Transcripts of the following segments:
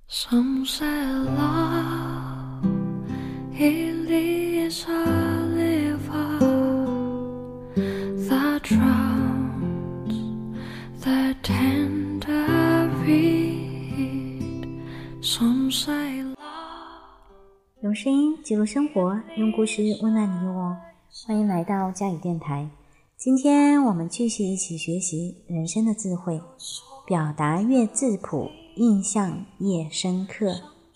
Some say love it is a river that drowns the tender reed. Some say love 用声音记录生活，用故事温暖你我。欢迎来到佳语电台。今天我们继续一起学习人生的智慧，表达越质朴，印象越深刻。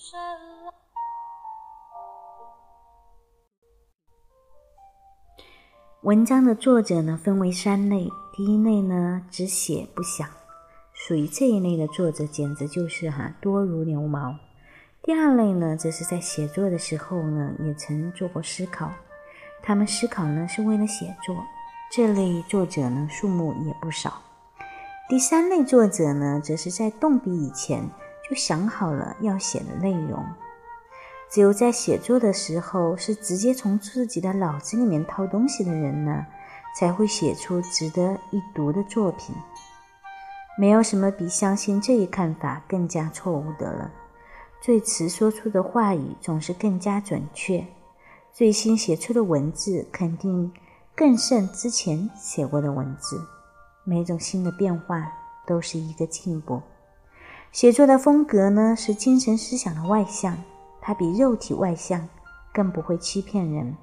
文章的作者呢分为3类，第一类呢只写不想，属于这一类的作者简直就是多如牛毛。第二类呢则是在写作的时候呢也曾做过思考，他们思考呢是为了写作，这类作者呢数目也不少。第3类作者呢则是在动笔以前就想好了要写的内容，只有在写作的时候是直接从自己的脑子里面掏东西的人呢才会写出值得一读的作品。没有什么比相信这一看法更加错误的了。最迟说出的话语总是更加准确，最新写出的文字肯定更胜之前写过的文字，每种新的变化都是一个进步。写作的风格呢是精神思想的外向，它比肉体外向，更不会欺骗人。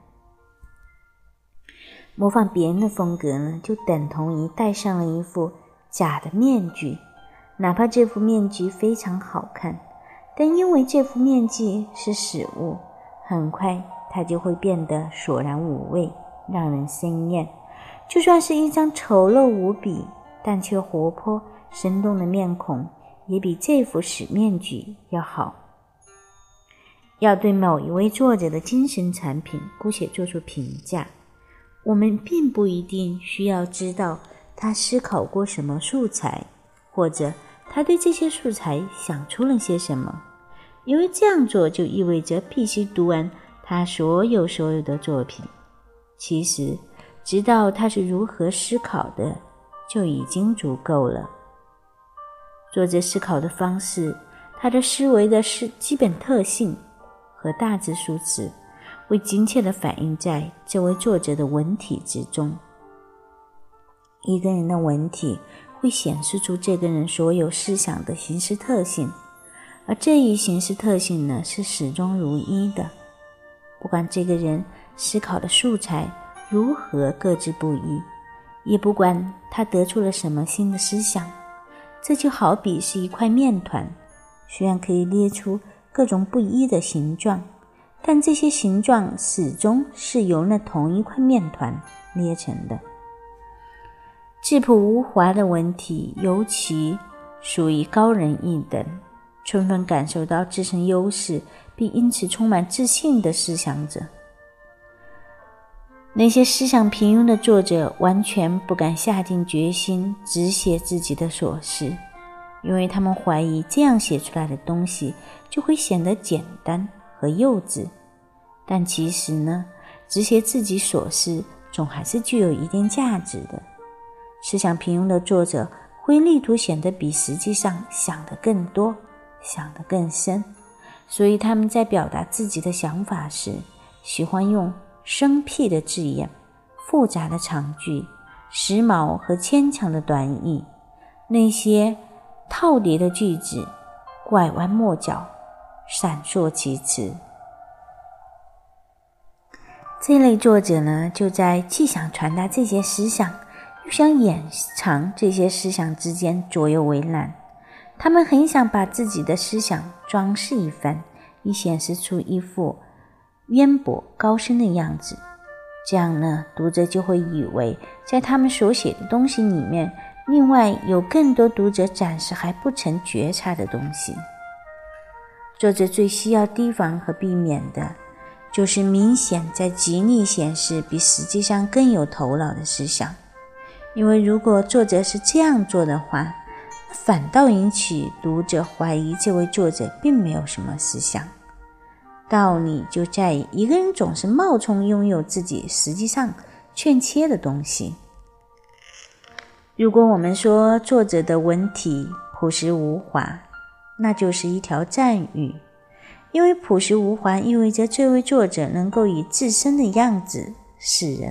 模仿别人的风格呢就等同于戴上了一副假的面具，哪怕这副面具非常好看，但因为这副面具是死物，很快它就会变得索然无味，让人生厌。就算是一张丑陋无比但却活泼生动的面孔，也比这副死面具要好。要对某一位作者的精神产品姑且做出评价，我们并不一定需要知道他思考过什么素材，或者他对这些素材想出了些什么，因为这样做就意味着必须读完他所有的作品。其实知道他是如何思考的就已经足够了。作者思考的方式，他的思维的基本特性和大致数值会精切地反映在这位作者的文体之中。一个人的文体会显示出这个人所有思想的形式特性，而这一形式特性呢是始终如一的。不管这个人思考的素材如何各自不一，也不管他得出了什么新的思想，这就好比是一块面团，虽然可以捏出各种不一的形状，但这些形状始终是由那同一块面团捏成的。质朴无华的文体尤其属于高人一等，充分感受到自身优势并因此充满自信的思想者。那些思想平庸的作者完全不敢下定决心只写自己的琐事，因为他们怀疑这样写出来的东西就会显得简单和幼稚。但其实呢，只写自己琐事总还是具有一定价值的。思想平庸的作者会力图显得比实际上想得更多，想得更深，所以他们在表达自己的想法时喜欢用生僻的字眼、复杂的长句、时髦和牵强的短语，那些套叠的句子拐弯抹角，闪烁其词。这类作者呢，就在既想传达这些思想又想掩藏这些思想之间左右为难。他们很想把自己的思想装饰一番，以显示出一副渊博高深的样子，这样呢，读者就会以为在他们所写的东西里面，另外有更多读者暂时还不曾觉察的东西。作者最需要提防和避免的就是明显在极力显示比实际上更有头脑的思想，因为如果作者是这样做的话，反倒引起读者怀疑这位作者并没有什么思想。道理就在于一个人总是冒充拥有自己实际上欠缺的东西。如果我们说作者的文体朴实无华， 那就是一条赞语。因为朴实无华意味着这位作者能够以自身的样子示人。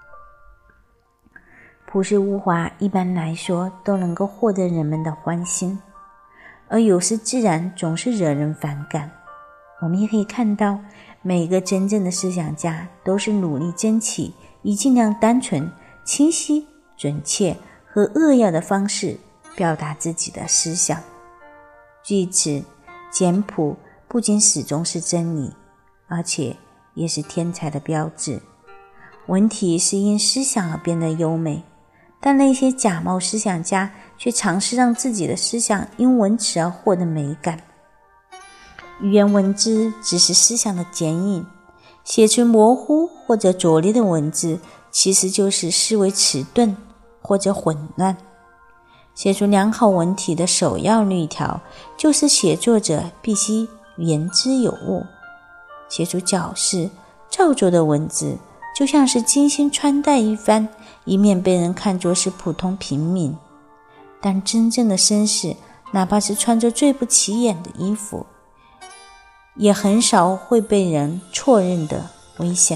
朴实无华一般来说都能够获得人们的欢心，而有失自然总是惹人反感。我们也可以看到，每个真正的思想家都是努力争取以尽量单纯、清晰、准确和扼要的方式表达自己的思想。据此，简朴不仅始终是真理，而且也是天才的标志。文体是因思想而变得优美，但那些假冒思想家却尝试让自己的思想因文辞而获得美感。语言文字只是思想的剪影，写出模糊或者拙劣的文字，其实就是思维迟钝或者混乱。写出良好文体的首要律条，就是写作者必须言之有物。写出矫饰造作的文字，就像是精心穿戴一番，以免被人看作是普通平民。但真正的绅士，哪怕是穿着最不起眼的衣服，也很少会被人错认的危险。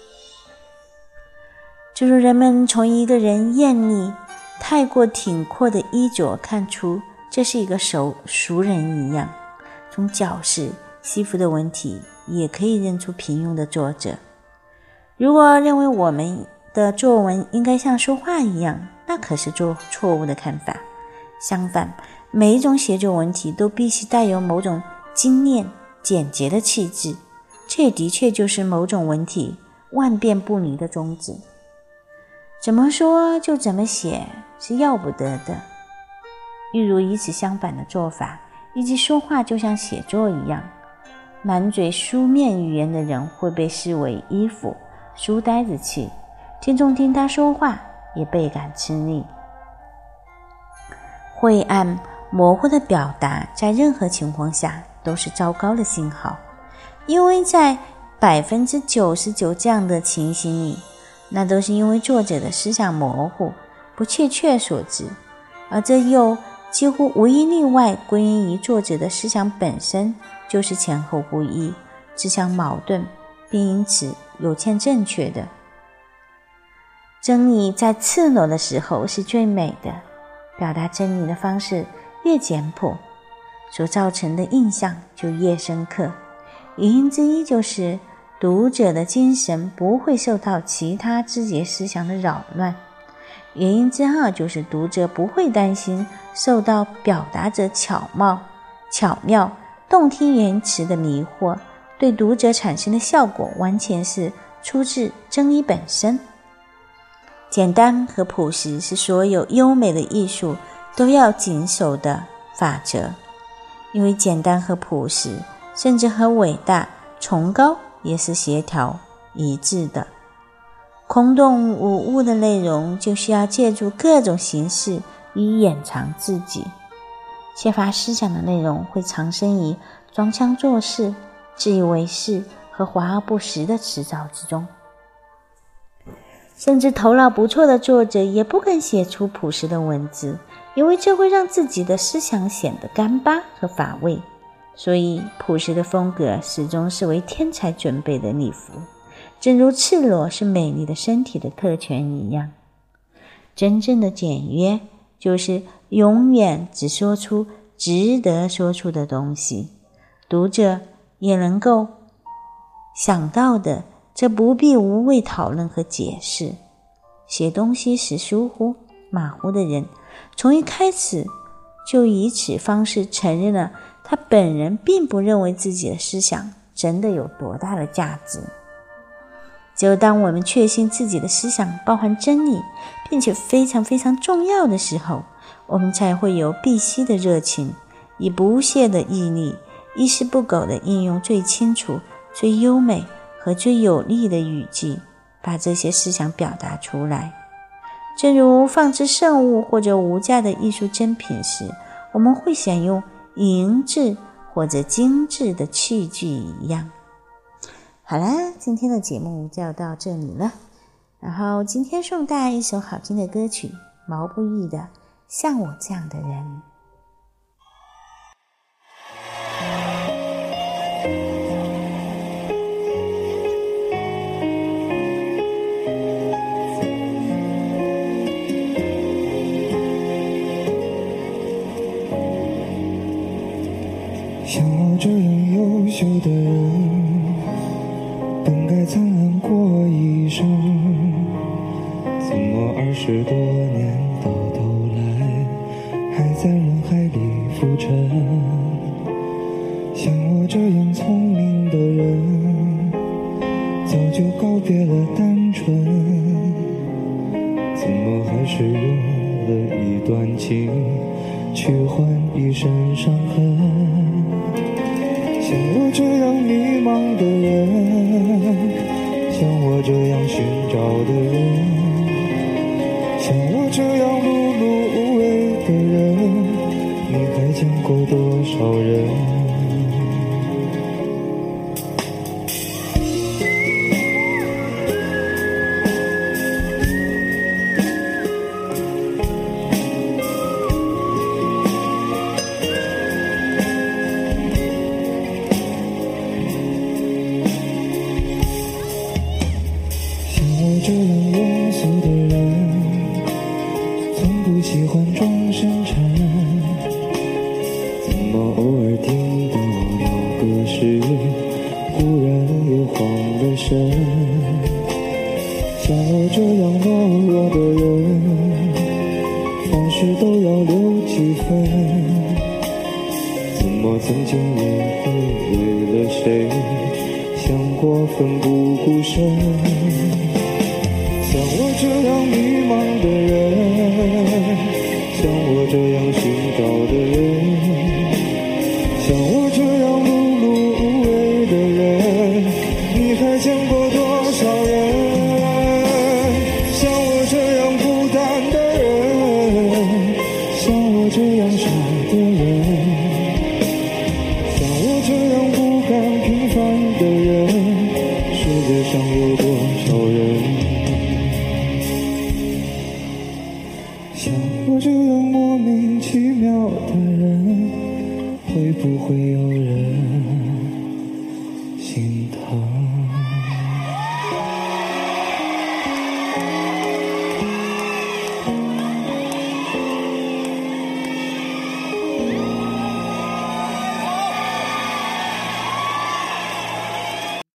正如人们从一个人艳丽、太过挺阔的衣着看出这是一个熟人一样，从矫饰、西服的文体也可以认出平庸的作者。如果认为我们的作文应该像说话一样，那可是错误的看法。相反，每一种写作文体都必须带有某种精炼、简洁的气质，这也的确就是某种文体万变不离的宗旨。怎么说就怎么写是要不得的。例如与此相反的做法，以及说话就像写作一样，满嘴书面语言的人会被视为迂腐、书呆子气，听众听他说话也倍感吃力。晦暗、模糊的表达在任何情况下都是糟糕的信号，因为在 99% 这样的情形里，那都是因为作者的思想模糊、不确切所致，而这又几乎无一例外归因于作者的思想本身就是前后不一、自相矛盾，并因此有欠正确的。真理在赤裸的时候是最美的，表达真理的方式越简朴，所造成的印象就越深刻。原因之一就是读者的精神不会受到其他枝节思想的扰乱，原因之二就是读者不会担心受到表达者巧妙、动听言辞的迷惑，对读者产生的效果完全是出自真理本身。简单和朴实是所有优美的艺术都要谨守的法则，因为简单和朴实，甚至和伟大、崇高也是协调一致的。空洞无物的内容就需要借助各种形式以掩藏自己，缺乏思想的内容会藏身于装腔作势、自以为是和华而不实的辞藻之中。甚至头脑不错的作者也不肯写出朴实的文字，因为这会让自己的思想显得干巴和乏味。所以朴实的风格始终是为天才准备的礼服，正如赤裸是美丽的身体的特权一样。真正的简约就是永远只说出值得说出的东西，读者也能够想到的，这不必无谓讨论和解释。写东西时疏忽马虎的人，从一开始就以此方式承认了他本人并不认为自己的思想真的有多大的价值。只有当我们确信自己的思想包含真理，并且非常非常重要的时候，我们才会有必须的热情，以不懈的毅力，一丝不苟地应用最清楚、最优美和最有力的语句，把这些思想表达出来。正如放置圣物或者无价的艺术珍品时，我们会选用银质或者精致的器具一样。好了，今天的节目就要到这里了。然后今天送大家一首好听的歌曲，毛不易的《像我这样的人》。 像我这样优秀的人，本该灿烂过一生，怎么20多年到头来还在人海里浮沉？像我这样聪明的人，早就告别了单纯，怎么还是用了一段情去换一身伤痕？像我这样迷茫的人，像我这样寻找的人，像我这样碌碌无为的人，你还见过多少人？这样庸俗的人，从不喜欢装深沉，怎么偶尔听到老歌时，忽然也慌了神？像我这样懦弱的人，凡事都要留几分，怎么曾经也会为了谁想过奋不顾身？像我这样迷茫的人，像我这样寻找的人，像我这样碌碌无为的人，你还见过多少人？像我这样孤单的人，像我这样傻的人，像我这样不甘平凡的人，世界上有多少人？像我这样莫名其妙的人，会不会有人？